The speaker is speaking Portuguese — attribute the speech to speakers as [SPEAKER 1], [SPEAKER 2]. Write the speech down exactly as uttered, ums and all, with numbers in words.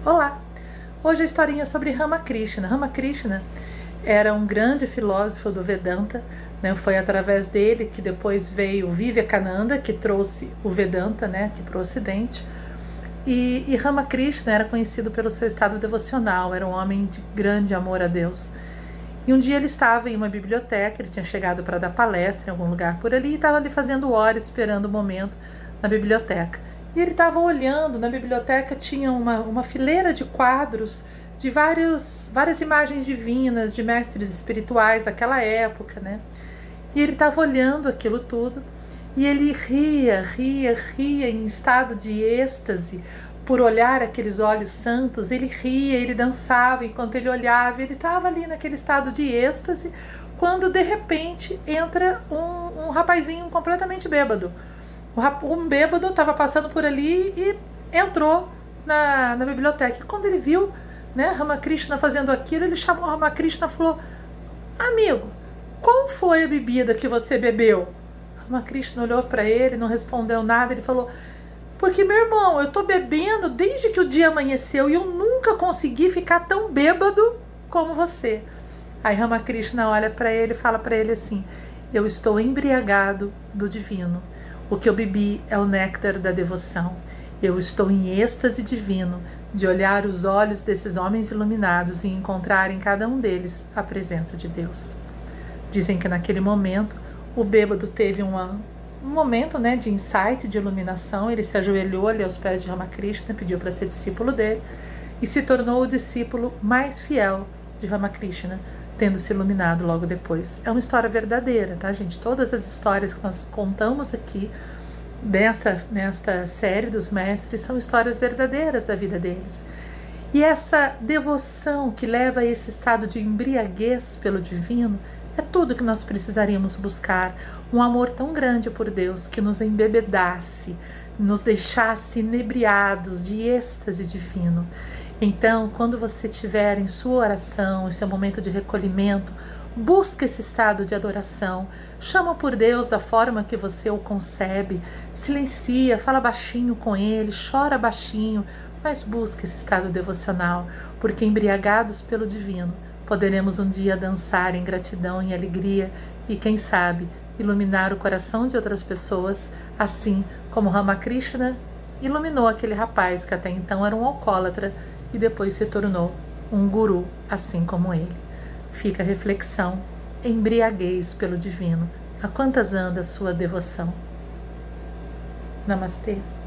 [SPEAKER 1] Olá! Hoje a historinha é sobre Ramakrishna. Ramakrishna era um grande filósofo do Vedanta, né? Foi através dele que depois veio Vivekananda, que trouxe o Vedanta, né, aqui para o Ocidente. E, e Ramakrishna era conhecido pelo seu estado devocional, era um homem de grande amor a Deus. E um dia ele estava em uma biblioteca, ele tinha chegado para dar palestra em algum lugar por ali e estava ali fazendo hora, esperando o momento na biblioteca. E ele estava olhando, na biblioteca tinha uma, uma fileira de quadros de vários, várias imagens divinas, de mestres espirituais daquela época, né? E ele estava olhando aquilo tudo e ele ria, ria, ria em estado de êxtase por olhar aqueles olhos santos. Ele ria, ele dançava enquanto ele olhava, ele estava ali naquele estado de êxtase, quando de repente entra um, um rapazinho completamente bêbado. Um bêbado estava passando por ali e entrou na, na biblioteca. E quando ele viu, né, Ramakrishna fazendo aquilo, ele chamou Ramakrishna e falou: amigo, qual foi a bebida que você bebeu? Ramakrishna olhou para ele, não respondeu nada. Ele falou: porque, meu irmão, eu tô bebendo desde que o dia amanheceu e eu nunca consegui ficar tão bêbado como você. Aí Ramakrishna olha para ele e fala para ele assim: eu estou embriagado do divino. O que eu bebi é o néctar da devoção. Eu estou em êxtase divino de olhar os olhos desses homens iluminados e encontrar em cada um deles a presença de Deus. Dizem que naquele momento o bêbado teve uma, um momento, né, de insight, de iluminação. Ele se ajoelhou ali aos pés de Ramakrishna, pediu para ser discípulo dele e se tornou o discípulo mais fiel de Ramakrishna, tendo se iluminado logo depois. É uma história verdadeira, tá, gente? Todas as histórias que nós contamos aqui dessa, nesta série dos mestres são histórias verdadeiras da vida deles. E essa devoção que leva a esse estado de embriaguez pelo divino é tudo que nós precisaríamos buscar. Um amor tão grande por Deus que nos embebedasse, nos deixasse inebriados de êxtase divino. Então, quando você estiver em sua oração, em seu momento de recolhimento, busca esse estado de adoração, chama por Deus da forma que você o concebe, silencia, fala baixinho com Ele, chora baixinho, mas busca esse estado devocional, porque embriagados pelo divino, poderemos um dia dançar em gratidão e alegria e, quem sabe, iluminar o coração de outras pessoas, assim como Ramakrishna iluminou aquele rapaz que até então era um alcoólatra e depois se tornou um guru, assim como ele. Fica a reflexão: embriaguez pelo divino. A quantas anda a sua devoção? Namastê.